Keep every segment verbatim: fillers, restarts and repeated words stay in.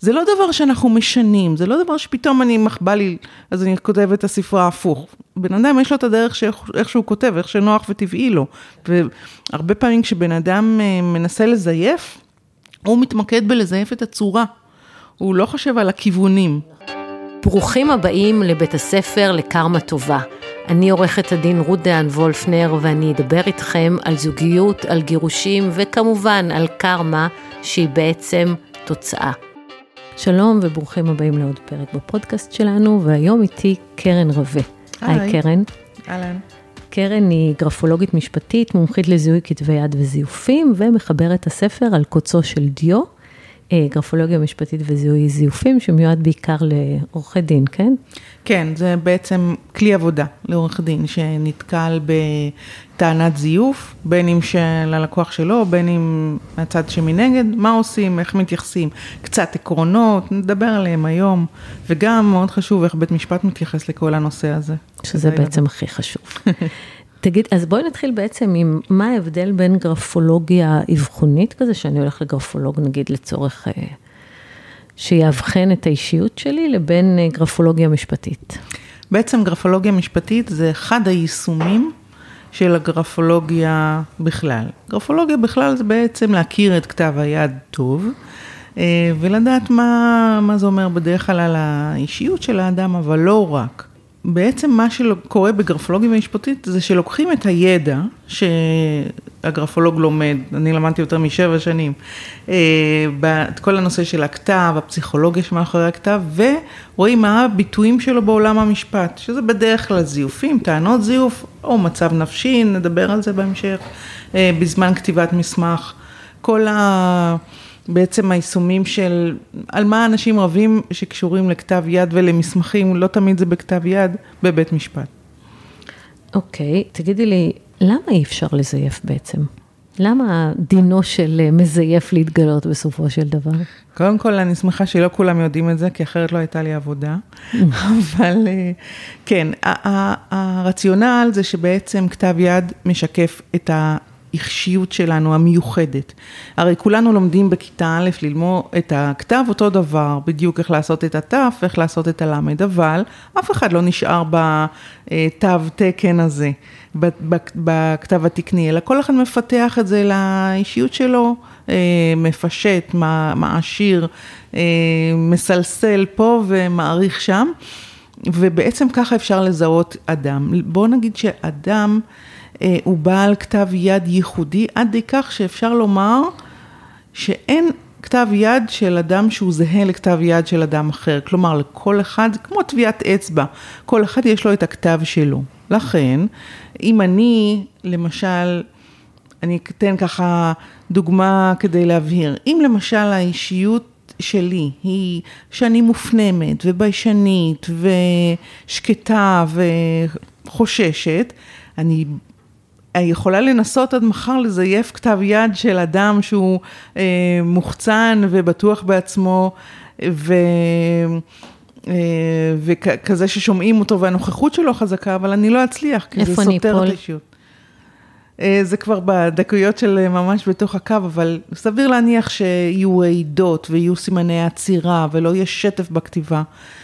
זה לא דבר שאנחנו משנים, זה לא דבר שפתאום אני מחבא לי, אז אני כותבת את הספרה הפוך. בן אדם יש לו את הדרך שאיך שהוא כותב, איך שנוח וטבעי לו. והרבה פעמים כשבן אדם מנסה לזייף, הוא מתמקד בלזייף את הצורה. הוא לא חושב על הכיוונים. ברוכים הבאים לבית הספר לקרמה טובה. אני עורכת הדין רות דהן וולפנר, ואני אדבר איתכם על זוגיות, על גירושים, וכמובן על קרמה, שהיא בעצם תוצאה. שלום וברוכים הבאים לעוד פרק בפודקאסט שלנו, והיום איתי קרן רווה. היי קרן. אהלן. קרן היא גרפולוגית משפטית, מומחית לזיהוי כתבי יד וזיופים, ומחברת הספר על קוצו של דיו, גרפולוגיה משפטית וזיהוי זיופים, שמיועד בעיקר לעורכי דין, כן? כן, זה בעצם כלי עבודה לעורך דין, שנתקל בטענת זיוף, בין אם של הלקוח שלו, בין אם מהצד שמנגד, מה עושים, איך מתייחסים, קצת עקרונות, נדבר עליהם היום, וגם מאוד חשוב איך בית משפט מתייחס לכל הנושא הזה. שזה בעצם הכי חשוב. תגיד, אז בואי נתחיל בעצם עם מה ההבדל בין גרפולוגיה אבחונית כזה, שאני הולך לגרפולוג נגיד לצורך שיאבחן את האישיות שלי, לבין גרפולוגיה משפטית. בעצם גרפולוגיה משפטית זה אחד היישומים של הגרפולוגיה בכלל. גרפולוגיה בכלל זה בעצם להכיר את כתב היד טוב, ולדעת מה, מה זה אומר בדרך כלל על האישיות של האדם, אבל לא רק. בעצם מה שקורה בגרפולוגיה משפטית זה שלוקחים את הידע שהגרפולוג לומד, אני למדתי יותר משבע שנים, את כל הנושא של הכתב, הפסיכולוגיה שמאחורי הכתב, ורואים מה הביטויים שלו בעולם המשפט, שזה בדרך כלל זיופים, טענות זיוף, או מצב נפשי, נדבר על זה בהמשך, בזמן כתיבת מסמך, כל ה... בעצם היישומים של, על מה אנשים רבים שקשורים לכתב יד ולמסמכים, לא תמיד זה בכתב יד, בבית משפט. אוקיי, תגידי לי, למה אי אפשר לזייף בעצם? למה דינו של מזייף להתגלות בסופו של דבר? קודם כל, אני שמחה שלא כולם יודעים את זה, כי אחרת לא הייתה לי עבודה. אבל כן, הרציונל זה שבעצם כתב יד משקף את ה... אישיות שלנו המיוחדת. הרי כולנו לומדים בכיתה א' ללמוד את הכתב אותו דבר, בדיוק איך לעשות את התף, איך לעשות את הלמד, אבל אף אחד לא נשאר בתו תקן הזה, בכתב התקני, אלא כל אחד מפתח את זה לאישיות שלו, מפשט, מעשיר, מסלסל פה ומעריך שם, ובעצם ככה אפשר לזהות אדם. בואו נגיד שאדם, הוא בעל כתב יד ייחודי, עד די כך שאפשר לומר שאין כתב יד של אדם שהוא זהה לכתב יד של אדם אחר. כלומר, לכל אחד, כמו טביעת אצבע, כל אחד יש לו את הכתב שלו. לכן, אם אני, למשל, אני אתן ככה דוגמה כדי להבהיר, אם למשל האישיות שלי היא שאני מופנמת וביישנית ושקטה וחוששת, אני יכולה לנסות עד מחר לזייף כתב יד של אדם שהוא אה, מוחצן ובטוח בעצמו, ו, אה, וכזה ששומעים אותו והנוכחות שלו חזקה, אבל אני לא אצליח, כי זה סותר את האישיות. אה, זה כבר בדקויות של ממש בתוך הקו, אבל סביר להניח שיהיו עידות ויהיו סימני עצירה ולא יהיה שטף בכתיבה.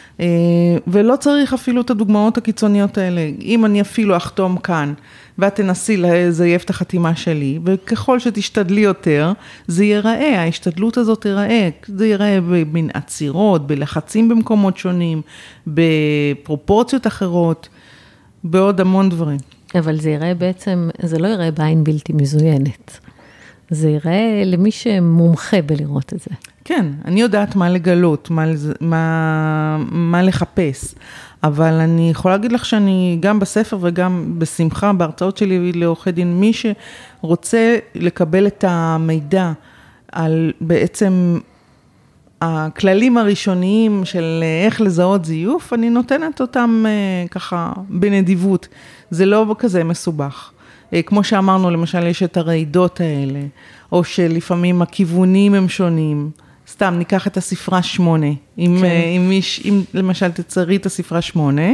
ולא צריך אפילו את הדוגמאות הקיצוניות האלה. אם אני אפילו אחתום כאן, ואת תנסי לזייף את החתימה שלי, וככל שתשתדלי יותר, זה ייראה, ההשתדלות הזאת ייראה, זה ייראה במין עצירות, בלחצים במקומות שונים, בפרופורציות אחרות, בעוד המון דברים. אבל זה ייראה בעצם, זה לא ייראה בעין בלתי מזוינת. זה ייראה למי שמומחה בלראות את זה. כן, אני יודעת מה לגלות, מה, מה, מה לחפש, אבל אני יכולה להגיד לך שאני גם בספר וגם בשמחה, בהרצאות שלי לעורכי דין, מי שרוצה לקבל את המידע על בעצם הכללים הראשוניים של איך לזהות זיוף, אני נותנת אותם ככה בנדיבות, זה לא כזה מסובך. כמו שאמרנו, למשל, יש את הרעידות האלה, או שלפעמים הכיוונים הם שונים. סתם, ניקח את הספרה שמונה. אם, כן. אם, מיש, אם למשל תצרי את הספרה שמונה,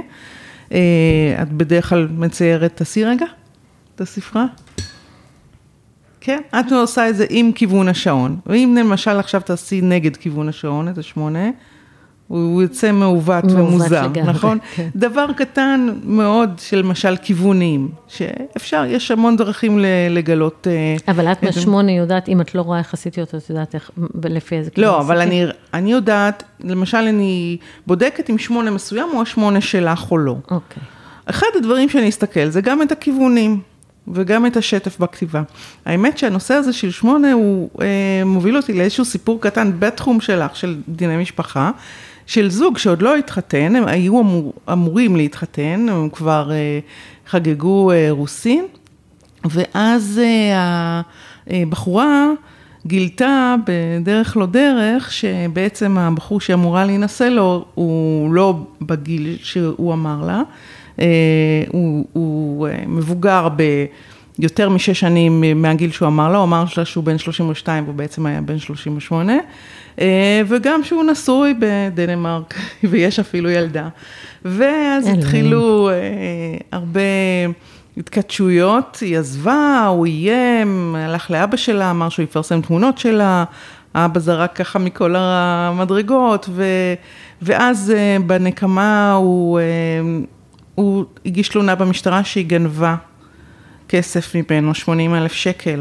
את בדרך כלל מציירת, תעשי רגע את הספרה. כן, את עושה את זה עם כיוון השעון, ואם למשל עכשיו תעשי נגד כיוון השעון, את השמונה, הוא יוצא מעוות ומוזר, נכון? כן. דבר קטן מאוד של משל כיוונים, שאפשר, יש המון דרכים לגלות. אבל את בשמונה יודעת, אם את לא רואה איך עשיתי אותו, את יודעת איך, לפי איזה כיוון. לא, אבל אני, אני יודעת, למשל אני בודקת אם שמונה מסוים, או השמונה שלך או לא. אוקיי. אחד הדברים שאני אסתכל, זה גם את הכיוונים, וגם את השטף בכתיבה. האמת שהנושא הזה של שמונה, הוא אה, מוביל אותי לאיזשהו סיפור קטן, בתחום שלך, של דיני משפחה, של זוג שעוד לא התחתן, הם היו אמור, אמורים להתחתן, הם כבר אה, חגגו אה, רוסין, ואז אה, הבחורה גילתה בדרך לא דרך, שבעצם הבחור שאמורה להינשא לו, הוא לא בגיל שהוא אמר לה, אה, הוא, הוא מבוגר ביותר משש שנים מהגיל שהוא אמר לה, הוא אמר לה שהוא בן שלושים ושתיים, והוא בעצם היה בן שלושים ושמונה, וגם שהוא נשוי בדנמרק, ויש אפילו ילדה. ואז התחילו הרבה התקדשויות, היא עזבה, הוא איים, הלך לאבא שלה, אמר שהוא יפרסם תמונות שלה, האבא זרק ככה מכל המדרגות, ו... ואז בנקמה הוא, הוא הגיש תלונה במשטרה שהיא גנבה כסף ממנו, שמונים אלף שקל.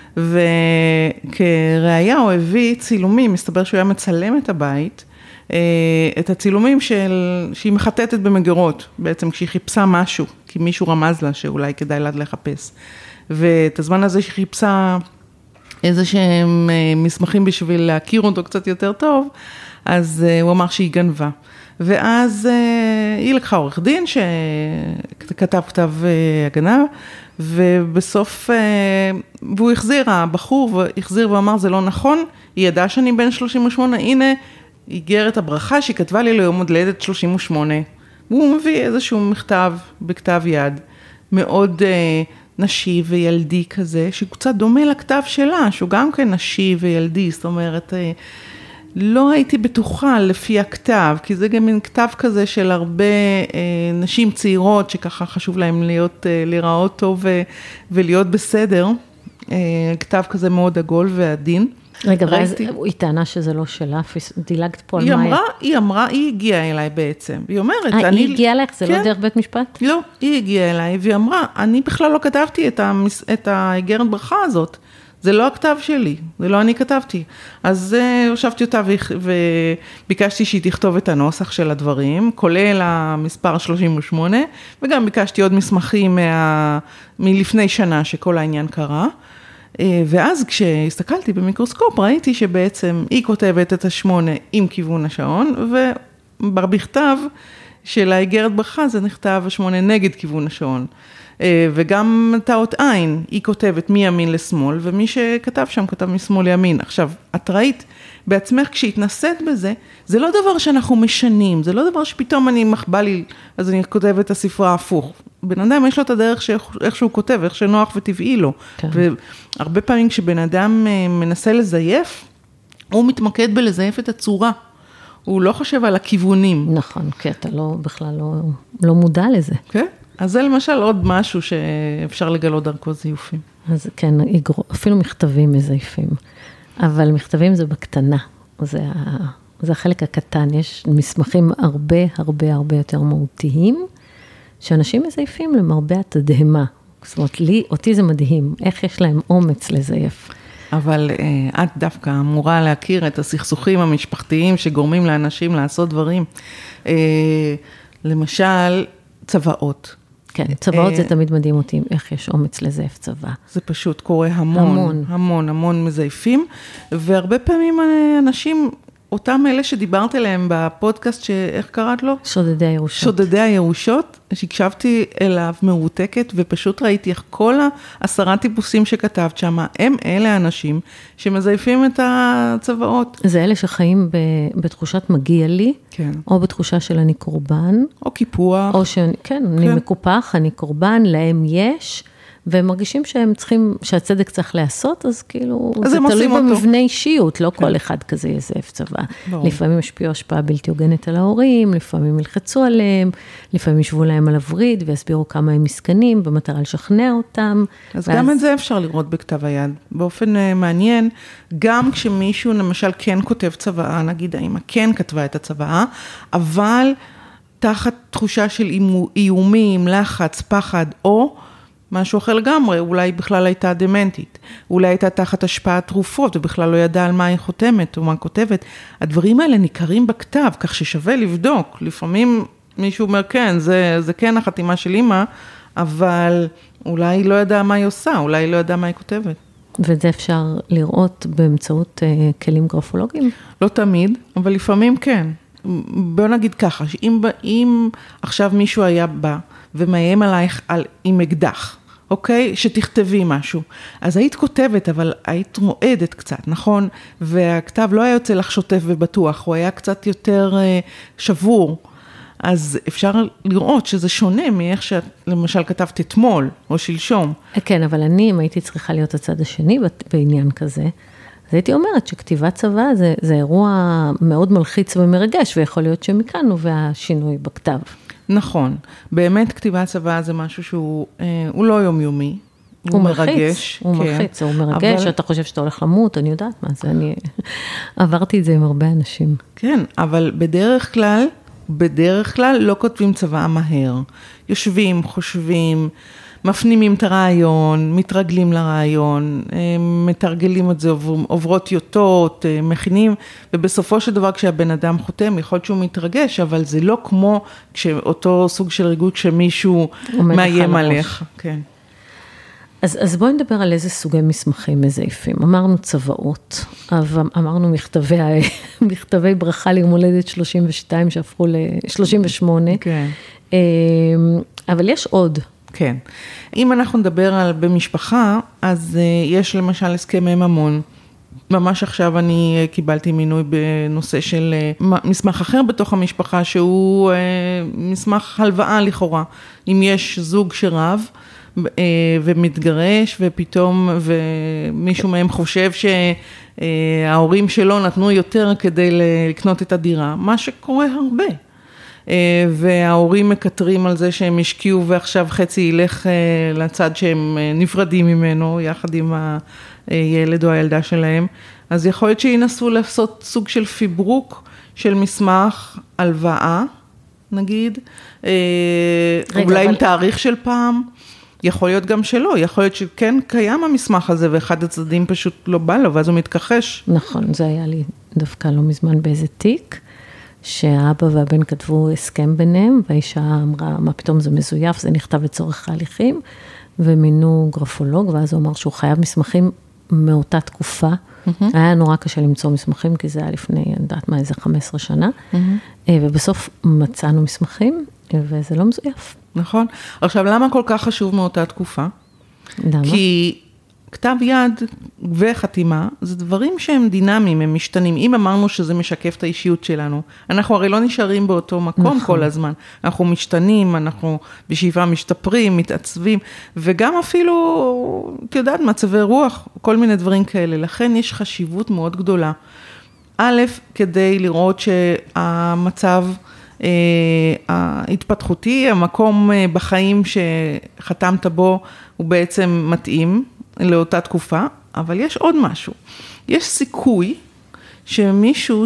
וכראיה הוא הביא צילומים, מסתבר שהוא היה מצלם את הבית, את הצילומים של, שהיא מחטטת במגירות, בעצם כשהיא חיפשה משהו, כי מישהו רמז לה שאולי כדאי לה לחפש. ואת הזמן הזה שהיא חיפשה איזה שהם מסמכים בשביל להכיר אותו קצת יותר טוב, אז הוא אמר שהיא גנבה. ואז היא לקחה עורך דין שכתב כתב הגנה, ובסוף, והוא החזיר, הבחור החזיר ואמר, זה לא נכון, היא ידעה שאני בן שלושים ושמונה, הנה, איגרת הברכה שהיא כתבה לי ליום הולדת שלושים ושמונה, והוא מביא איזשהו מכתב בכתב יד, מאוד נשי וילדי כזה, שקצת דומה לכתב שלה, שהוא גם כן נשי וילדי, זאת אומרת, לא הייתי בטוחה לפי הכתב, כי זה גם מין כתב כזה של הרבה אה, נשים צעירות, שככה חשוב להם להיות, אה, לראות טוב ו, ולהיות בסדר, אה, כתב כזה מאוד עגול ועדין. רגע, ואז היא טענה שזה לא שלה, דילגת פה על מה אמרה, היא אמרה, היא הגיעה אליי בעצם, והיא אומרת, אה, אני... היא הגיעה לך, זה כן? לא דרך בית משפט? לא, היא הגיעה אליי, והיא אמרה, אני בכלל לא כתבתי את, המס... את האיגרת ברכה הזאת, זה לא הכתב שלי, זה לא אני כתבתי. אז הושבתי אותה וביקשתי שהיא תכתוב את הנוסח של הדברים, כולל המספר שלושים ושמונה, וגם ביקשתי עוד מסמכים מה... מלפני שנה שכל העניין קרה. ואז כשהסתכלתי במיקרוסקופ, ראיתי שבעצם היא כותבת את השמונה עם כיוון השעון, ובכתב של האיגרת ברכה זה נכתב השמונה נגד כיוון השעון. וגם תאות עין, היא כותבת מימין לשמאל, ומי שכתב שם כתב משמאל לימין. עכשיו, את ראית בעצמך כשהתנסית בזה, זה לא דבר שאנחנו משנים, זה לא דבר שפתאום אני מחבא לי, אז אני כותבת את הספרה הפוך. בן אדם יש לו את הדרך שאיך שהוא כותב, איך שנוח וטבעי לו. כן. והרבה פעמים כשבן אדם מנסה לזייף, הוא מתמקד בלזייף את הצורה. הוא לא חושב על הכיוונים. נכון, כי אתה לא, בכלל לא, לא מודע לזה. כן. אז זה למשל עוד משהו שאפשר לגלות דרכו זיופים. אז כן, אפילו מכתבים מזייפים. אבל מכתבים זה בקטנה. זה, זה החלק הקטן. יש מסמכים הרבה, הרבה, הרבה יותר מהותיים, שאנשים מזייפים למרבה התדהמה. זאת אומרת, לי, אותי זה מדהים. איך יש להם אומץ לזייף? אבל אה, את דווקא אמורה להכיר את הסכסוכים המשפחתיים שגורמים לאנשים לעשות דברים. אה, למשל, צבאות. כן, צבאות זה תמיד מדהים אותי, איך יש אומץ לזייף צבא. זה פשוט קורה המון, המון, המון, המון מזייפים, והרבה פעמים אנשים, אותם אלה שדיברת עליהם בפודקאסט, שאיך קראת לו? שודדי הירושות. שודדי הירושות, שהקשבתי אליו מרותקת, ופשוט ראיתי איך כל העשרה טיפוסים שכתבת שם, הם אלה האנשים שמזייפים את הצבאות. זה אלה שחיים בתחושת מגיע לי, כן. או בתחושה של אני קורבן. או קיפוח. או ש... כן, כן, אני מקופח, אני קורבן, להם יש, והם מרגישים שהם צריכים, שהצדק צריך לעשות, אז כאילו, אז זה תלוי אותו. במבנה אישיות, לא כל אחד כזה יזף צבא. ברור. לפעמים השפיעו השפעה בלתי הוגנת על ההורים, לפעמים ילחצו עליהם, לפעמים ישבו להם על הווריד, ויסבירו כמה הם מסכנים, במטרה לשכנע אותם. אז ואז... גם את זה אפשר לראות בכתב היד. באופן uh, מעניין, גם כשמישהו למשל כן כותב צוואה, נגיד האמא כן כתבה את הצוואה, אבל תחת תחושה של איומים, לחץ, פחד, או משהו אחר לגמרי, אולי בכלל הייתה דמנטית, אולי הייתה תחת השפעת תרופות, ובכלל לא ידעה על מה היא חותמת או מה כותבת. הדברים האלה ניכרים בכתב, כך ששווה לבדוק. לפעמים מישהו אומר, כן, זה, זה כן החתימה של אמא, אבל אולי היא לא ידעה מה היא עושה, אולי היא לא ידעה מה היא כותבת. ואת זה אפשר לראות באמצעות uh, כלים גרפולוגיים? לא תמיד, אבל לפעמים כן. בוא נגיד ככה, שאם אם עכשיו מישהו היה בא ומאיים עלייך על, עם אקדח, אוקיי? שתכתבי משהו. אז היית כותבת, אבל היית מועדת קצת, נכון? והכתב לא היה יוצא לך שוטף ובטוח, הוא היה קצת יותר uh, שבור. אז אפשר לראות שזה שונה מאיך שאת למשל כתבת אתמול או שלשום. כן, אבל אני, אם הייתי צריכה להיות הצד השני בעניין כזה, אז הייתי אומרת שכתיבת צבא זה, זה אירוע מאוד מלחיץ ומרגש, ויכול להיות שמכאן נובע השינוי בכתב. נכון, באמת כתיבת צבא זה משהו שהוא אה, הוא לא יומיומי, הוא, הוא מלחיץ, מרגש. הוא כן. מלחיץ, הוא מרגש, אבל... אתה חושב שאתה הולך למות, אני יודעת מה זה, אני עברתי את זה עם הרבה אנשים. כן, אבל בדרך כלל, בדרך כלל לא כותבים צבא מהר. יושבים, חושבים, מפנימים את הרעיון, מתרגלים לרעיון, מתרגלים את זה, עוברות טיוטות, מכינים, ובסופו של דבר כשהבן אדם חותם, יכול להיות שהוא מתרגש, אבל זה לא כמו כשאותו סוג של ריגוש שמישהו מאיים עליך. כן. אז, אז בואי נדבר על איזה סוגי מסמכים מזייפים. אמרנו צבאות, אמרנו מכתבי, מכתבי ברכה ליום הולדת שלושים ושתיים שהפכו ל-שלושים ושמונה. כן. אבל יש עוד. כן. אם אנחנו נדבר על במשפחה, אז יש למשל הסכמי ממון. ממש עכשיו אני קיבלתי מינוי בנושא של מסמך אחר בתוך המשפחה, שהוא מסמך הלוואה לכאורה. אם יש זוג שרב, ומתגרש, ופתאום ומישהו מהם חושב שההורים שלו נתנו יותר כדי לקנות את הדירה, מה שקורה הרבה. וההורים מקטרים על זה שהם השקיעו ועכשיו חצי ילך לצד שהם נפרדים ממנו, יחד עם הילד או הילדה שלהם. אז יכול להיות שינסו לעשות סוג של פיברוק של מסמך הלוואה, נגיד, רגע, אולי אבל... עם תאריך של פעם. יכול להיות גם שלא, יכול להיות שכן קיים המסמך הזה, ואחד הצדדים פשוט לא בא לו, ואז הוא מתכחש. נכון, זה היה לי דווקא לא מזמן באיזה תיק, שהאבא והבן כתבו הסכם ביניהם, והאישה אמרה, מה פתאום זה מזויף, זה נכתב לצורך ההליכים, ומינו גרפולוג, ואז הוא אמר שהוא חייב מסמכים מאותה תקופה, mm-hmm. היה נורא קשה למצוא מסמכים, כי זה היה לפני, אני יודעת מה, איזה חמש עשרה שנה, mm-hmm. ובסוף מצאנו מסמכים, וזה לא מזויף. נכון. עכשיו, למה כל כך חשוב מאותה תקופה? למה? כי כתב יד וחתימה, זה דברים שהם דינמיים, הם משתנים. אם אמרנו שזה משקף את האישיות שלנו, אנחנו הרי לא נשארים באותו מקום נכון. כל הזמן. אנחנו משתנים, אנחנו בשאיפה משתפרים, מתעצבים, וגם אפילו, את יודעת, מצבי רוח, כל מיני דברים כאלה. לכן יש חשיבות מאוד גדולה. א', כדי לראות שהמצב ההתפתחותי, המקום בחיים שחתמת בו הוא בעצם מתאים לאותה תקופה, אבל יש עוד משהו. יש סיכוי שמישהו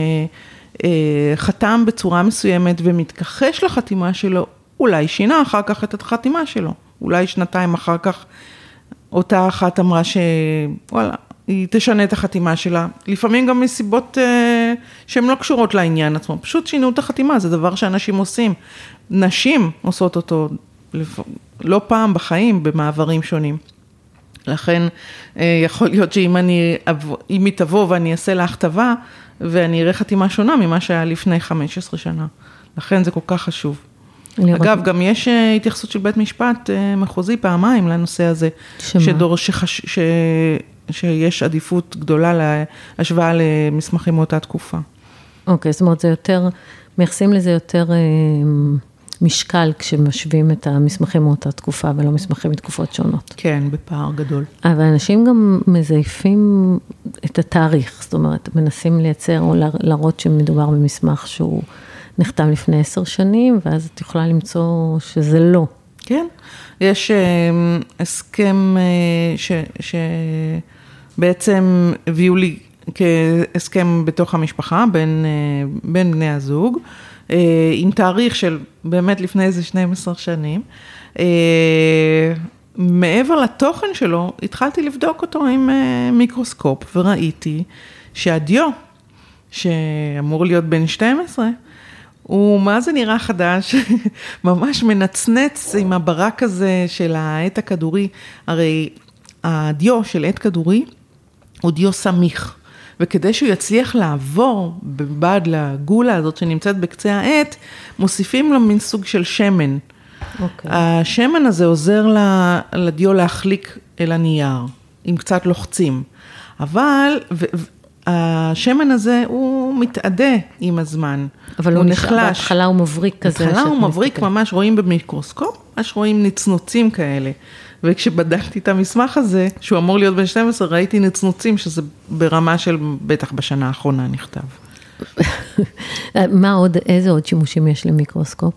שחתם בצורה מסוימת ומתכחש לחתימה שלו, אולי שינה אחר כך את החתימה שלו. אולי שנתיים אחר כך אותה אחת אמרה שוואלה, היא תשנה את החתימה שלה, לפעמים גם מסיבות אה, שהן לא קשורות לעניין עצמו, פשוט שינו את החתימה, זה דבר שאנשים עושים. נשים עושות אותו לא פעם בחיים, במעברים שונים. לכן אה, יכול להיות שאם אני, אם היא תבוא ואני אעשה לה הכתבה, ואני אראה חתימה שונה ממה שהיה לפני חמש עשרה שנה. לכן זה כל כך חשוב. אגב, רוצה... גם יש התייחסות של בית משפט אה, מחוזי פעמיים לנושא הזה, שמה? שדור שחש... ש... שיש עדיפות גדולה להשוואה למסמכים מאותה תקופה. אוקיי, זאת אומרת, זה יותר, מייחסים לזה יותר משקל כשמשווים את המסמכים מאותה תקופה ולא מסמכים מתקופות שונות. כן, בפער גדול. אבל אנשים גם מזייפים את התאריך, זאת אומרת, מנסים לייצר או להראות שמדובר במסמך שהוא נחתם לפני עשר שנים, ואז את יכולה למצוא שזה לא. כן, יש הסכם שבעצם הביאו לי כהסכם בתוך המשפחה בין, בין בני הזוג, עם תאריך של באמת לפני איזה שתים עשרה שנים. מעבר לתוכן שלו, התחלתי לבדוק אותו עם מיקרוסקופ, וראיתי שהדיו, שאמור להיות בין שתים עשרה, הוא מה זה נראה חדש, ממש מנצנץ עם הברק הזה של העט הכדורי, הרי הדיו של עט כדורי הוא דיו סמיך, וכדי שהוא יצליח לעבור בבד לגולה הזאת שנמצאת בקצה העט, מוסיפים לו מין סוג של שמן. Okay. השמן הזה עוזר לדיו להחליק אל הנייר, עם קצת לוחצים. אבל השמן הזה הוא מתעדה עם הזמן. אבל הוא נחלש. בהתחלה הוא מבריק כזה. בהתחלה הוא מבריק, ממש רואים במיקרוסקופ, ממש רואים נצנוצים כאלה. וכשבדקתי את המסמך הזה, שהוא אמור להיות בין שתים עשרה, ראיתי נצנוצים, שזה ברמה של, בטח בשנה האחרונה נכתב. מה עוד, איזה עוד שימושים יש למיקרוסקופ?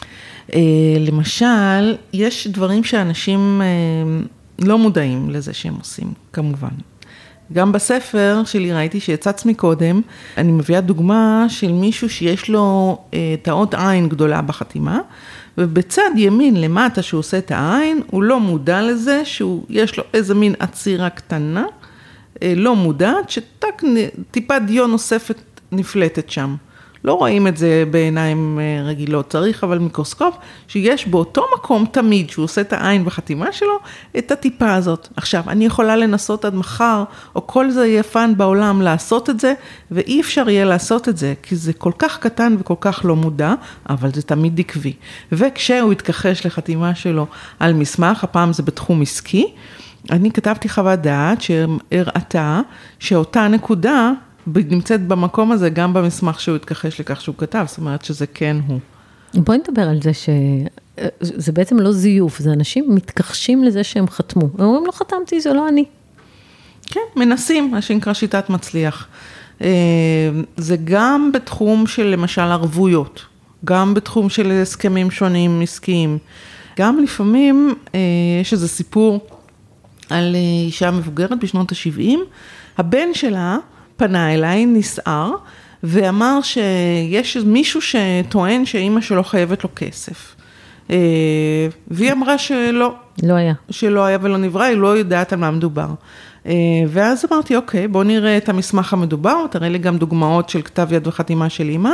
למשל, יש דברים שאנשים לא מודעים לזה שהם עושים, כמובן. גם בספר שלי ראיתי שיצץ מקודם, אני מביאה דוגמה של מישהו שיש לו תאות עין גדולה בחתימה, ובצד ימין למטה שהוא עושה את העין, הוא לא מודע לזה שיש לו איזה מין עצירה קטנה, לא מודעת, שטק טיפה דיו נוספת נפלטת שם. לא רואים את זה בעיניים רגילות, צריך אבל מיקרוסקופ, שיש באותו מקום תמיד, שהוא עושה את העין בחתימה שלו, את הטיפה הזאת. עכשיו, אני יכולה לנסות עד מחר, או כל זה יפן בעולם לעשות את זה, ואי אפשר יהיה לעשות את זה, כי זה כל כך קטן וכל כך לא מודע, אבל זה תמיד עקבי. וכשהוא יתכחש לחתימה שלו על מסמך, הפעם זה בתחום עסקי, אני כתבתי חוות דעת שהראתה שאותה נקודה, נמצאת במקום הזה גם במסמך שהוא התכחש לכך שהוא כתב, זאת אומרת שזה כן הוא. בואי נדבר על זה שזה בעצם לא זיוף, זה אנשים מתכחשים לזה שהם חתמו. הם אומרים, לא חתמתי, זה לא אני. כן, מנסים, מה שנקרא שיטת מצליח. זה גם בתחום של למשל ערבויות, גם בתחום של הסכמים שונים עסקיים. גם לפעמים יש איזה סיפור על אישה מבוגרת בשנות ה-שבעים, הבן שלה, פנה אליי, נסער, ואמר שיש מישהו שטוען שאימא שלו חייבת לו כסף. והיא אמרה שלא. לא היה. שלא היה ולא נברא, היא לא יודעת על מה מדובר. ואז אמרתי, אוקיי, בוא נראה את המסמך המדובר, תראה לי גם דוגמאות של כתב יד וחתימה של אימא,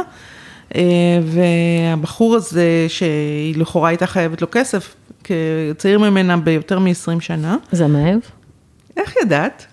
והבחור הזה שהיא לכאורה הייתה חייבת לו כסף, צעיר ממנה ביותר מ-עשרים שנה. זה מאהב? איך ידעת?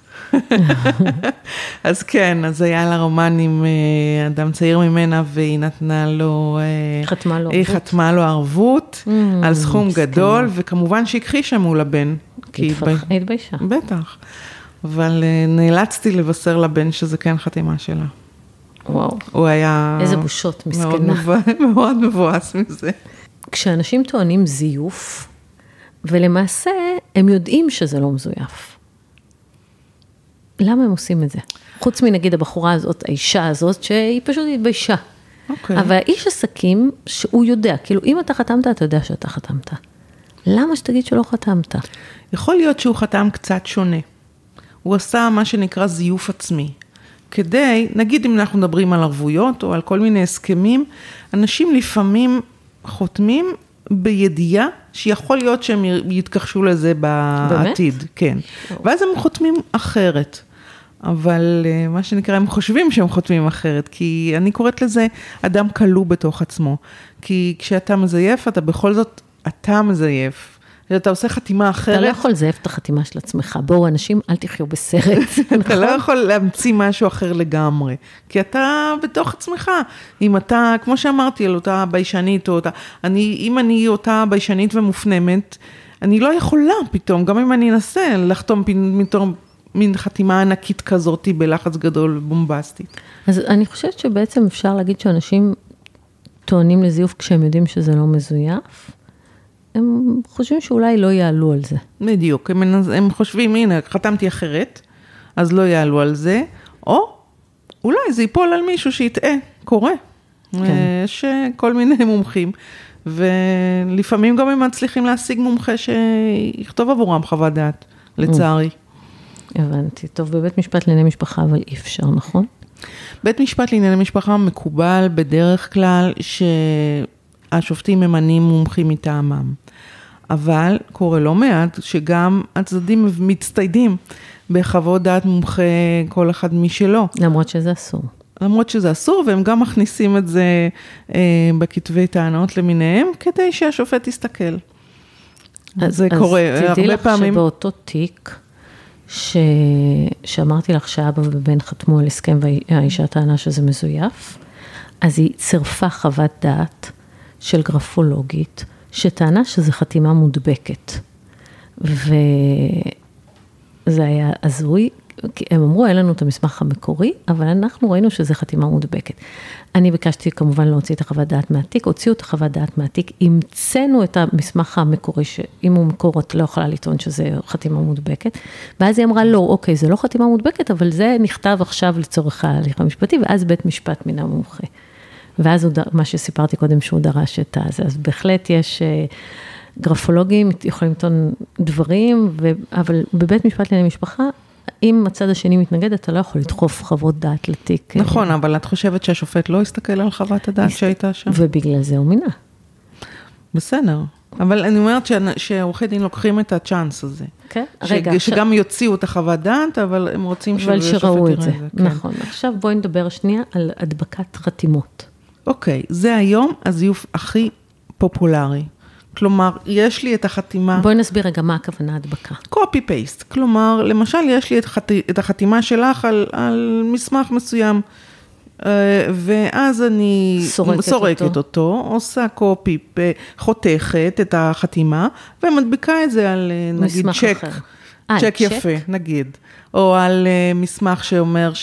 אז כן, אז היה לה רומן עם אדם צעיר ממנה, והיא נתנה לו, חתמה לו היא ערבות. חתמה לו ערבות, mm, על סכום מסכנה. גדול, וכמובן שהכחישה מול הבן. התביישה. בטח. אבל נאלצתי לבשר לבן שזה כן חתימה שלה. וואו. הוא היה... איזה בושות, מסכנה. מאוד, מאוד מבואס מזה. כשאנשים טוענים זיוף, ולמעשה הם יודעים שזה לא מזויף. למה הם עושים את זה? חוץ מנגיד הבחורה הזאת, האישה הזאת, שהיא פשוט התביישה. אוקיי. אבל האיש עסקים שהוא יודע, כאילו אם אתה חתמת, אתה יודע שאתה חתמת. למה שתגיד שלא חתמת? יכול להיות שהוא חתם קצת שונה. הוא עשה מה שנקרא זיוף עצמי. כדי, נגיד אם אנחנו מדברים על ערבויות או על כל מיני הסכמים, אנשים לפעמים חותמים בידיעה שיכול להיות שהם יתכחשו לזה בעתיד. באמת? כן. ואז הם חותמים אחרת. אבל מה שנקרא, הם חושבים שהם חותמים אחרת, כי אני קוראת לזה אדם קלו בתוך עצמו. כי כשאתה מזייף, אתה בכל זאת, אתה מזייף. אתה עושה חתימה אחרת. אתה לא יכול לזייף את החתימה של עצמך. בואו, אנשים, אל תחיו בסרט. אתה לא יכול להמציא משהו אחר לגמרי. כי אתה בתוך עצמך. אם אתה, כמו שאמרתי, על אותה ביישנית, או אותה, אני, אם אני אותה ביישנית ומופנמת, אני לא יכולה פתאום, גם אם אני אנסה לחתום פתאום, מין חתימה ענקית כזאת בלחץ גדול ובומבסטי. אז אני חושבת שבעצם אפשר להגיד שאנשים טוענים לזיוף כשהם יודעים שזה לא מזויף, הם חושבים שאולי לא יעלו על זה. בדיוק, הם, הם חושבים, הנה, חתמתי אחרת, אז לא יעלו על זה, או אולי זה ייפול על מישהו שיטעה, קורה. כן. יש כל מיני מומחים, ולפעמים גם הם מצליחים להשיג מומחה שיכתוב עבורם חוות דעת, לצערי. הבנתי. טוב, בבית משפט לענייני משפחה, אבל אי אפשר, נכון? בית משפט לענייני משפחה מקובל בדרך כלל שהשופטים ממנים מומחים מטעמם. אבל קורה לא מעט שגם הצדדים מצטיידים בחוות דעת מומחה כל אחד משלו. למרות שזה אסור. למרות שזה אסור, והם גם מכניסים את זה אה, בכתבי טענות למיניהם, כדי שהשופט יסתכל. אז, זה אז קורה תדעי הרבה לך פעמים. שבאותו תיק, ש... שאמרתי לך שאבא ובן חתמו על הסכם והאישה טענה שזה מזויף, אז היא צירפה חוות דעת של גרפולוגית, שטענה שזה חתימה מודבקת. וזה היה הזוי, הם אמרו, אין לנו את המסמך המקורי, אבל אנחנו ראינו שזה חתימה מודבקת. אני ביקשתי כמובן להוציא את החוות דעת מהתיק, הוציאו את החוות דעת מהתיק, המצאנו את המסמך המקורי, שאם הוא מקור, את לא יכולה לטעון שזה חתימה מודבקת, ואז היא אמרה, לא, אוקיי, זה לא חתימה מודבקת, אבל זה נכתב עכשיו לצורך ההליך המשפטי, ואז בית משפט מינה מומחה. ואז הוא, מה שסיפרתי קודם, שהוא דרש את זה, אז בהחלט יש גרפולוגים, יכולים לטעון דברים, ו... אבל בבית משפט לענייני משפחה, אם הצד השני מתנגד, אתה לא יכול לדחוף חוות דעת לתיק. נכון, אבל את חושבת שהשופט לא יסתכל על חוות הדעת שהייתה שם? ובגלל זה הוא מינה. בסדר. אבל אני אומרת שעורכי דין לוקחים את הצ'אנס הזה. כן, רגע. שגם יוציאו את החוות דעת, אבל הם רוצים אבל שראו את זה. נכון. עכשיו בואי נדבר שנייה על הדבקת חתימות. אוקיי, זה היום הזיוף הכי פופולרי. כלומר, יש לי את החתימה... בואי נסביר רגע מה הכוונה הדבקה. קופי פייסט. כלומר, למשל, יש לי את, חת... את החתימה שלך על, על מסמך מסוים, ואז אני סורקת, סורקת אותו. אותו, עושה קופי, חותכת את החתימה, ומדביקה את זה על, נגיד, צ'ק, אחר. צ'ק 아, יפה, צ'ק? נגיד. או על מסמך שאומר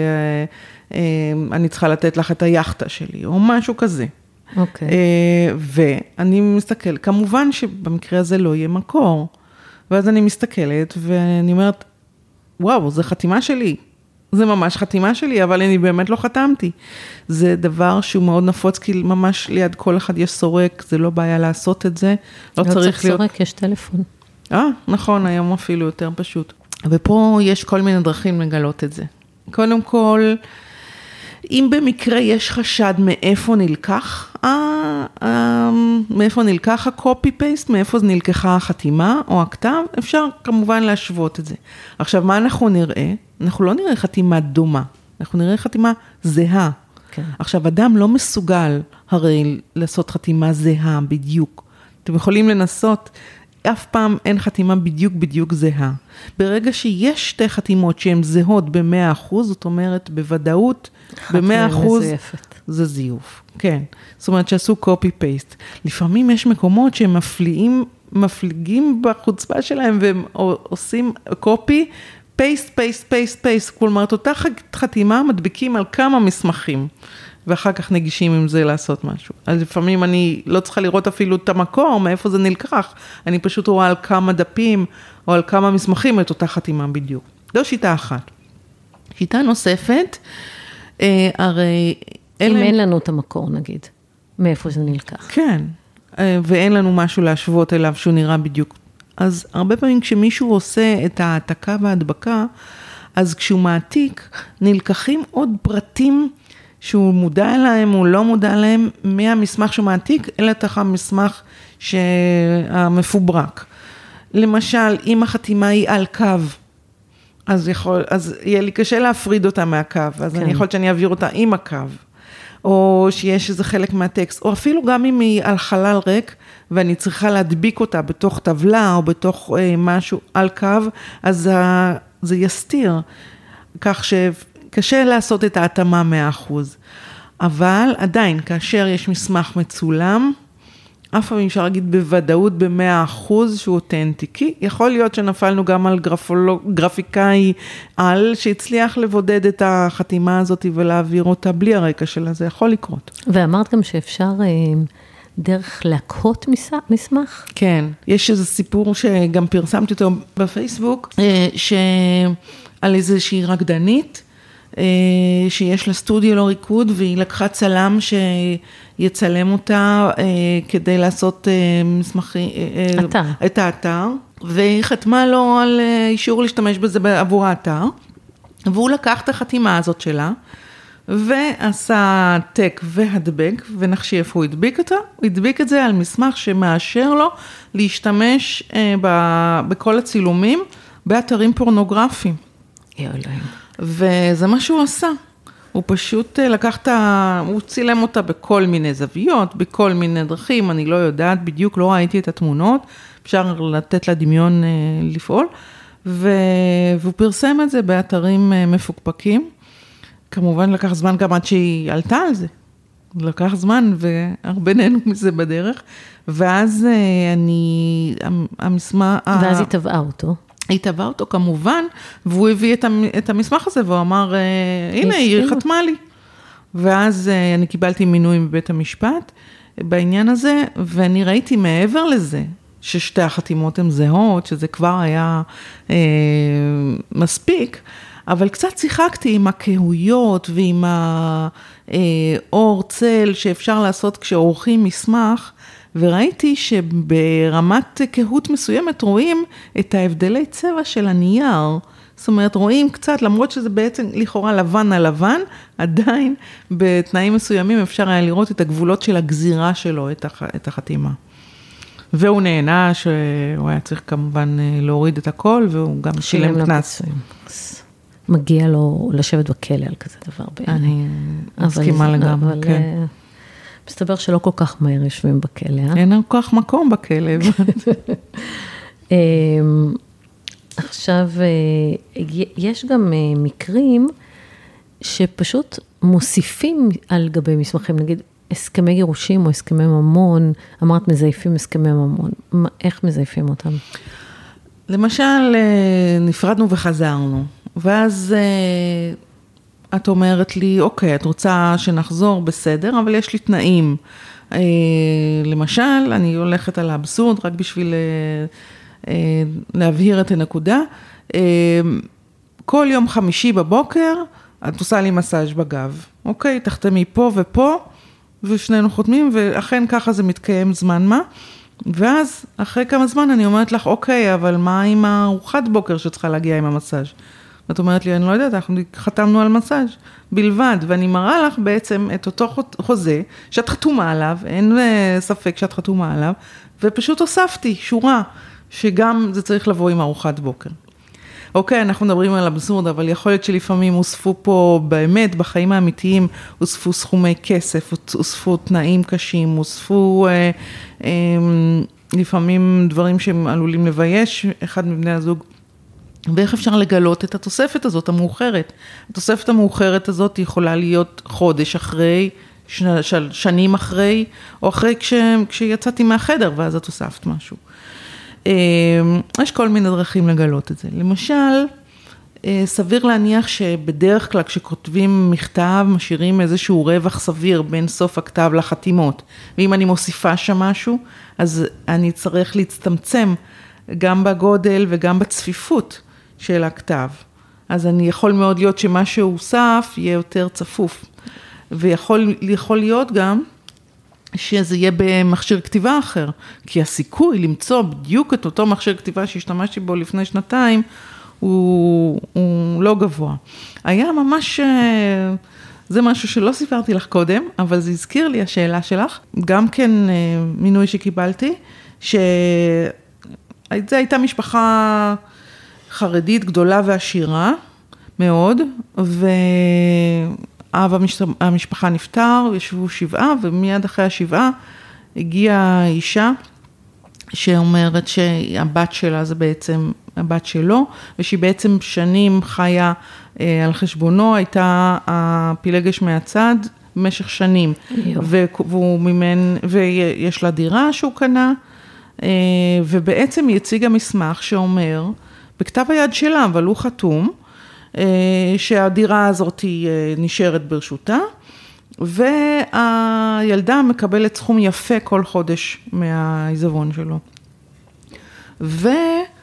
שאני צריכה לתת לך את היחטה שלי, או משהו כזה. אוקיי. ואני מסתכל, כמובן שבמקרה הזה לא יהיה מקור, ואז אני מסתכלת ואני אומרת, וואו, זה חתימה שלי, זה ממש חתימה שלי, אבל אני באמת לא חתמתי. זה דבר שהוא מאוד נפוץ, כי ממש ליד כל אחד יש סורק, זה לא בעיה לעשות את זה, לא, לא צריך להיות... סורק, יש טלפון. אה, נכון, היום אפילו יותר פשוט. ופה יש כל מיני דרכים לגלות את זה. קודם כל, אם במקרה יש חשד מאיפה נלקח, אה, אה, מאיפה נלקח הקופי פייסט, מאיפה נלקחה החתימה או הכתב, אפשר כמובן להשוות את זה. עכשיו, מה אנחנו נראה? אנחנו לא נראה חתימה דומה, אנחנו נראה חתימה זהה. כן. עכשיו, אדם לא מסוגל הרי לעשות חתימה זהה בדיוק. אתם יכולים לנסות, אף פעם אין חתימה בדיוק בדיוק זהה. ברגע שיש שתי חתימות שהן זהות ב-מאה אחוז, זאת אומרת, בוודאות, ב-מאה אחוז זה זיוף. כן. זאת אומרת שעשו קופי פייסט. לפעמים יש מקומות שהם מפליאים, מפליגים בחוצפה שלהם, והם עושים קופי, פייסט, פייסט, פייסט, פייסט. כלומר, את אותה חתימה מדביקים על כמה מסמכים. ואחר כך נגישים עם זה לעשות משהו. אז לפעמים אני לא צריכה לראות אפילו את המקור, מאיפה זה נלקח. אני פשוט רואה על כמה דפים, או על כמה מסמכים את אותה חתימה בדיוק. זו שיטה אחת. שיטה נוספת, אה, הרי... אם אין לנו את המקור, נגיד, מאיפה זה נלקח. כן, אה, ואין לנו משהו להשוות אליו שהוא נראה בדיוק. אז הרבה פעמים כשמישהו עושה את העתקה וההדבקה, אז כשהוא מעתיק, נלקחים עוד פרטים שהוא מודע אליהם, הוא לא מודע אליהם, מהמסמך שהוא מעתיק, אלא תח המסמך המפוברק. למשל, אם החתימה היא על קו, אז, יכול, אז יהיה לי קשה להפריד אותה מהקו, אז כן. אני יכולת שאני אעביר אותה עם הקו, או שיש איזה חלק מהטקסט, או אפילו גם אם היא על חלל ריק, ואני צריכה להדביק אותה בתוך טבלה, או בתוך אה, משהו על קו, אז אה, זה יסתיר, כך ש... קשה לעשות את ההתאמה מאה אחוז, אבל עדיין, כאשר יש מסמך מצולם, אף פעם אפשר להגיד בוודאות במאה אחוז שהוא אותנטי, כי יכול להיות שנפלנו גם על גרפולוג, גרפיקאי על שהצליח לבודד את החתימה הזאת ולהעביר אותה בלי הרקע שלה, זה יכול לקרות. ואמרת גם שאפשר דרך להקהות מסמך? כן, יש איזה סיפור שגם פרסמתי אותו בפייסבוק, שעל איזושהי רקדנית, שיש לה סטודיו לא ריקוד, והיא לקחה צלם שיצלם אותה כדי לעשות מסמכים, אתר. את האתר, והיא חתמה לו על אישור להשתמש בזה עבור האתר, והוא לקח את החתימה הזאת שלה, ועשה טק והדבק, ונחשי איפה הוא הדביק אותה, הוא הדביק את זה על מסמך שמאשר לו להשתמש בכל הצילומים באתרים פורנוגרפיים. יאללה. וזה מה שהוא עשה, הוא פשוט לקח את ה... הוא צילם אותה בכל מיני זוויות, בכל מיני דרכים, אני לא יודעת, בדיוק לא ראיתי את התמונות, אפשר לתת לה דמיון לפעול, ו... והוא פרסם את זה באתרים מפוקפקים, כמובן לקח זמן גם עד שהיא עלתה על זה, לקח זמן והרבה נהנו מזה בדרך, ואז אני... המסמך... ואז היא טבעה אותו. היא טבעה אותו כמובן, והוא הביא את המסמך הזה, והוא אמר, הנה, היא חתמה לי. ואז אני קיבלתי מינוי מבית המשפט בעניין הזה, ואני ראיתי מעבר לזה, ששתי החתימות הן זהות, שזה כבר היה אה, מספיק, אבל קצת שיחקתי עם הקהויות ועם האור צל שאפשר לעשות כשעורכים מסמך, וראיתי שברמת קהות מסוימת רואים את ההבדלי צבע של הנייר, זאת אומרת רואים קצת, למרות שזה בעצם לכאורה לבן על לבן, עדיין בתנאים מסוימים אפשר היה לראות את הגבולות של הגזירה שלו, את החתימה. והוא נהנה שהוא היה צריך כמובן להוריד את הכל, והוא גם שילם קנס. מגיע לו לשבת בכלא על כזה דבר. אני מסכימה לגמרי, כן. מסתבר שלא כל כך מהר יושבים בכלא, אה? אין כל כך מקום בכלא. עכשיו, יש גם מקרים שפשוט מוסיפים על גבי מסמכים, נגיד הסכמי גירושים או הסכמי ממון, אמרת מזייפים הסכמי ממון, איך מזייפים אותם? למשל, נפרדנו וחזרנו, ואז את אומרת לי, אוקיי, את רוצה שנחזור בסדר, אבל יש לי תנאים. למשל, אני הולכת על האבסורד, רק בשביל להבהיר את הנקודה. כל יום חמישי בבוקר, את עושה לי מסאז' בגב. אוקיי, תחתמי פה ופה, ושנינו חותמים, ואכן ככה זה מתקיים זמן מה. ואז, אחרי כמה זמן אני אומרת לך, אוקיי, אבל מה עם הארוחת בוקר שצריכה להגיע עם המסאז'? ואת אומרת לי, אני לא יודעת, אנחנו חתמנו על מסאז' בלבד, ואני מראה לך בעצם את אותו חוזה, שאת חתומה עליו, אין ספק שאת חתומה עליו, ופשוט הוספתי שורה, שגם זה צריך לבוא עם ארוחת בוקר. אוקיי, אנחנו מדברים על אבסורד, אבל יכול להיות שלפעמים הוספו פה, באמת, בחיים האמיתיים, הוספו סכומי כסף, הוספו תנאים קשים, הוספו אה, אה, לפעמים דברים שהם עלולים לבייש, אחד מבני הזוג, ואיך אפשר לגלות את התוספת הזאת המאוחרת? התוספת המאוחרת הזאת יכולה להיות חודש אחרי, ש, ש, שנים אחרי, או אחרי כש, כשיצאתי מהחדר, ואז את הוספת משהו. יש כל מיני דרכים לגלות את זה. למשל, סביר להניח שבדרך כלל כשכותבים מכתב, משאירים איזשהו רווח סביר בין סוף הכתב לחתימות. ואם אני מוסיפה שם משהו, אז אני צריך להצטמצם גם בגודל וגם בצפיפות של הכתב. אז אני יכול מאוד להיות שמה שהוסף יהיה יותר צפוף. ויכול יכול להיות גם שזה יהיה במכשיר כתיבה אחר, כי הסיכוי למצוא בדיוק את אותו מכשיר כתיבה שהשתמשתי בו לפני שנתיים, הוא, הוא לא גבוה. היה ממש, זה משהו שלא סיפרתי לך קודם, אבל זה הזכיר לי השאלה שלך, גם כן מינוי שקיבלתי, שזו הייתה משפחה חרדית גדולה ועשירה מאוד, ו... אב המשפחה נפטר, ישבו שבעה, ומיד אחרי השבעה הגיעה אישה שאומרת שהבת שלה זה בעצם הבת שלו, ושהיא בעצם שנים חיה על חשבונו, הייתה הפילגש מהצד, במשך שנים, והוא מימן, ויש לה דירה שהוא קנה, ובעצם היא הציגה מסמך שאומר, בכתב היד שלה, אבל הוא חתום, שהדירה הזאת היא נשארת ברשותה, והילדה מקבלת סכום יפה כל חודש מהעיזבון שלו. וזה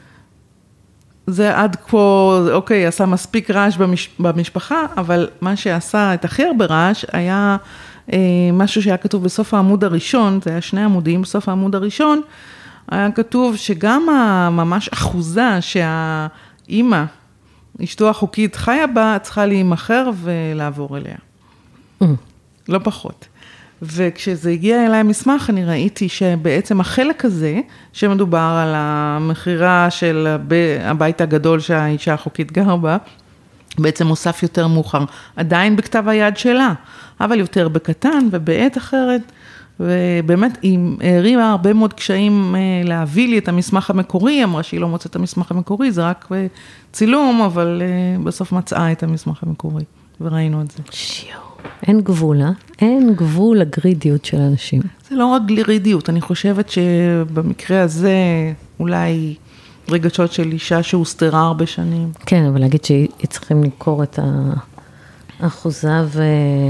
עד פה, אוקיי, עשה מספיק רעש במש, במשפחה, אבל מה שעשה את הכי הרבה רעש היה משהו שהיה כתוב בסוף העמוד הראשון, זה היה שני עמודים, בסוף העמוד הראשון, היה כתוב שגם הממש אחוזה שהאימא, אשתו החוקית חיה בה, צריכה להימחר ולעבור אליה. Mm. לא פחות. וכשזה הגיע אליי מסמך, אני ראיתי שבעצם החלק הזה, שמדובר על המחירה של הבית הגדול שהאישה החוקית גרה בה, בעצם מוסף יותר מאוחר, עדיין בכתב היד שלה, אבל יותר בקטן ובעת אחרת, ובאמת היא הרימה הרבה מאוד קשיים להביא לי את המסמך המקורי, אמרה שהיא לא מוצאת את המסמך המקורי, זה רק צילום, אבל בסוף מצאה את המסמך המקורי, וראינו את זה. שיו, אין גבול, אה? אין גבול לגרידיות של אנשים. זה לא רק גרידיות, אני חושבת שבמקרה הזה אולי רגשות של אישה שהוסתרה הרבה שנים. כן, אבל להגיד שהיא צריכים למכור את האחוזה ו...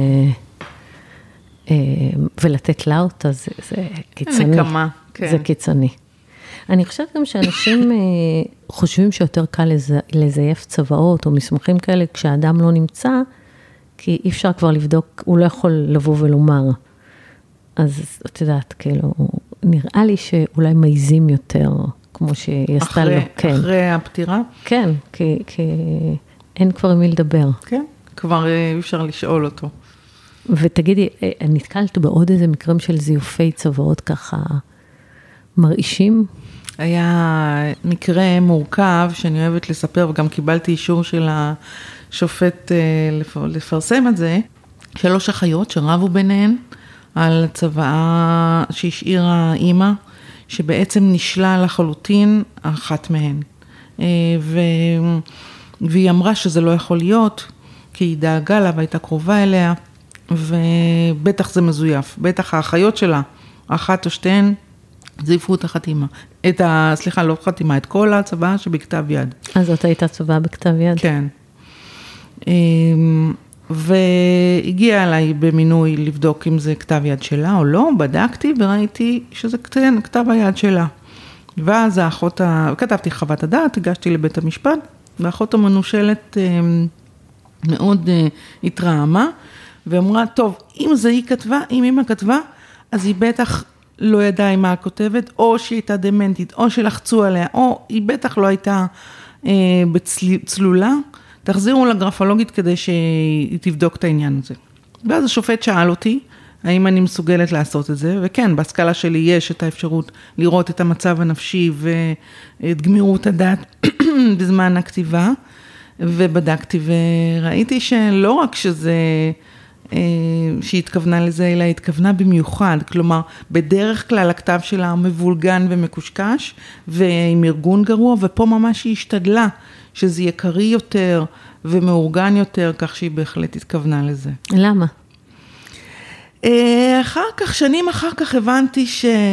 ולתת לה אותה, זה, זה קיצוני. נקמה, כן. זה קיצוני. אני חושבת גם שאנשים חושבים שיותר קל לזייף צבאות או מסמכים כאלה כשהאדם לא נמצא, כי אי אפשר כבר לבדוק, הוא לא יכול לבוא ולומר. אז את יודעת, כאילו, נראה לי שאולי מייזים יותר, כמו שהיא עשתה לו. כן. אחרי הפטירה? כן, כי, כי אין כבר עם מי לדבר. כן, כבר אי אפשר לשאול אותו. ותגידי, נתקלת בעוד איזה מקרים של זיופי צבאות ככה מרעישים? היה מקרה מורכב שאני אוהבת לספר, וגם קיבלתי אישור של השופט לפרסם את זה, שלוש אחיות שרבו ביניהן על צוואה שהשאירה אימא, שבעצם נשלה לחלוטין אחת מהן. ו... והיא אמרה שזה לא יכול להיות, כי היא דאגה לה והייתה קרובה אליה, ובטח זה מזויף, בטח האחיות שלה, אחת או שתיהן, זייפו את החתימה, את ה... סליחה, לא חתימה, את כל הצוואה שבכתב יד. אז זאת הייתה צוואה בכתב יד? כן. והגיעה אליי במינוי לבדוק אם זה כתב יד שלה או לא, בדקתי וראיתי שזה כתב היד שלה. ואז האחות, ה... כתבתי חוות הדעת, הגשתי לבית המשפט, והאחות המנושלת מאוד התרעמה, ואמרה, טוב, אם זה היא כתבה, אם אמא כתבה, אז היא בטח לא ידעה מה הכותבת, או שהיא הייתה דמנטית, או שלחצו עליה, או היא בטח לא הייתה אה, בצלולה, תחזירו לגרפולוגית כדי שהיא תבדוק את העניין הזה. ואז השופט שאל אותי, האם אני מסוגלת לעשות את זה, וכן, בהשכלה שלי יש את האפשרות לראות את המצב הנפשי ואת גמירות הדעת בזמן הכתיבה, ובדקתי וראיתי שלא רק שזה, שהיא התכוונה לזה, אלא היא התכוונה במיוחד, כלומר, בדרך כלל הכתב שלה מבולגן ומקושקש, ועם ארגון גרוע, ופה ממש היא השתדלה, שזה יקרי יותר ומאורגן יותר, כך שהיא בהחלט התכוונה לזה. למה? אחר כך, שנים אחר כך הבנתי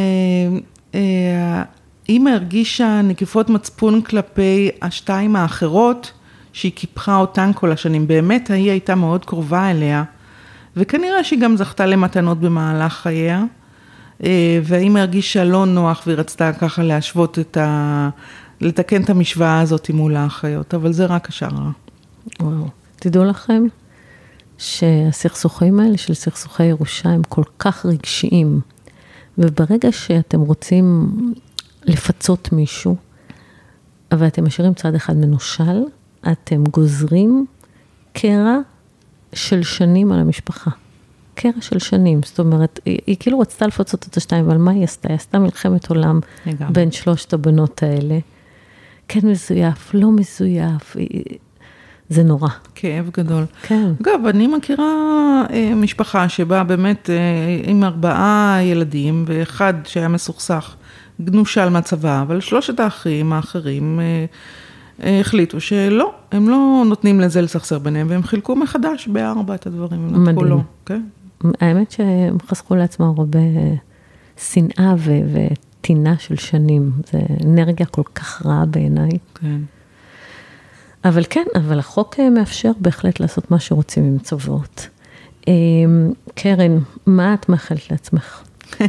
שאמא הרגישה נקיפות מצפון כלפי השתיים האחרות, שהיא קיפחה אותן כל השנים. באמת, היא הייתה מאוד קרובה אליה, וכנראה שהיא גם זכתה למתנות במהלך חייה, והאמא הרגישה לא נוח, והיא רצתה ככה להשוות את ה... לתקן את המשוואה הזאת מול האחיות, אבל זה רק השערה. וואו. תדעו לכם שהסכסוכים האלה של סכסוכי ירושה הם כל כך רגשיים, וברגע שאתם רוצים לפצות מישהו, אבל אתם משאירים צד אחד מנושל, אתם גוזרים קרע של שנים על המשפחה. קרע של שנים, זאת אומרת, היא, היא כאילו רצתה לפצות את השתיים, אבל מה היא עשתה? היא עשתה מלחמת עולם לגמרי. בין שלושת הבנות האלה. כן מזויף, לא מזויף, זה נורא. כאב גדול. כן. אגב, אני מכירה אה, משפחה שבה באמת אה, עם ארבעה ילדים, ואחד שהיה מסוכסך, גנושל מצבה, אבל שלושת האחים האחרים אה, אה, החליטו שלא, הם לא נותנים לזה לסכסר ביניהם, והם חילקו מחדש בארבע את הדברים. מדהים. לא, כן? האמת שהם חסכו לעצמם הרבה שנאה ו- ותינה של שנים. זה אנרגיה כל כך רעה בעיניי. כן. אבל כן, אבל החוק מאפשר בהחלט לעשות מה שרוצים עם צוואות. קרן, מה את מאחלת לעצמך?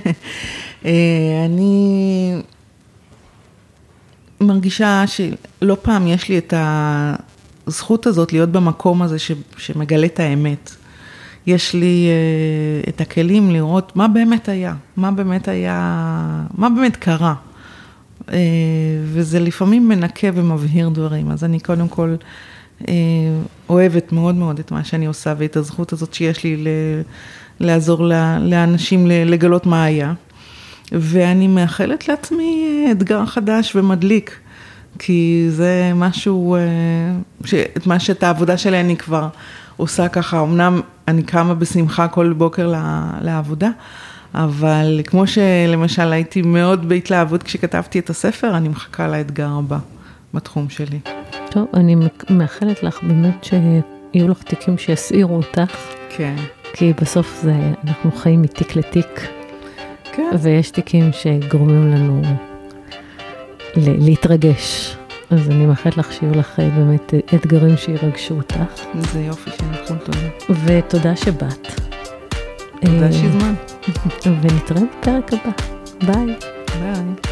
אני מרגישה שלא פעם יש לי את הזכות הזאת להיות במקום הזה ש, שמגלה את האמת. יש לי uh, את הכלים לראות מה באמת היה, מה באמת היה, מה באמת קרה. Uh, וזה לפעמים מנקה ומבהיר דברים. אז אני קודם כל uh, אוהבת מאוד מאוד את מה שאני עושה, ואת הזכות הזאת שיש לי ל, לעזור לה, לאנשים לגלות מה היה. ואני מאחלת לעצמי אתגר חדש ומדליק, כי זה משהו, ש... את מה שאת העבודה שלי אני כבר עושה ככה, אמנם אני קמה בשמחה כל בוקר לעבודה, אבל כמו שלמשל הייתי מאוד בהתלהבות כשכתבתי את הספר, אני מחכה לאתגר הבא בתחום שלי. טוב, אני מאחלת לך באמת שיהיו לך תיקים שיסעירו אותך. כן. כי בסוף זה, אנחנו חיים מתיק לתיק. כן. ויש תיקים שגורמים לנו להתרגש. אז אני מאחלת לך שיהיו לך באמת אתגרים שירגשו אותך. זה יופי שנכון, תודה. ותודה שבאת. תודה שהזמן. ונתראה בפרק הבא. ביי. ביי.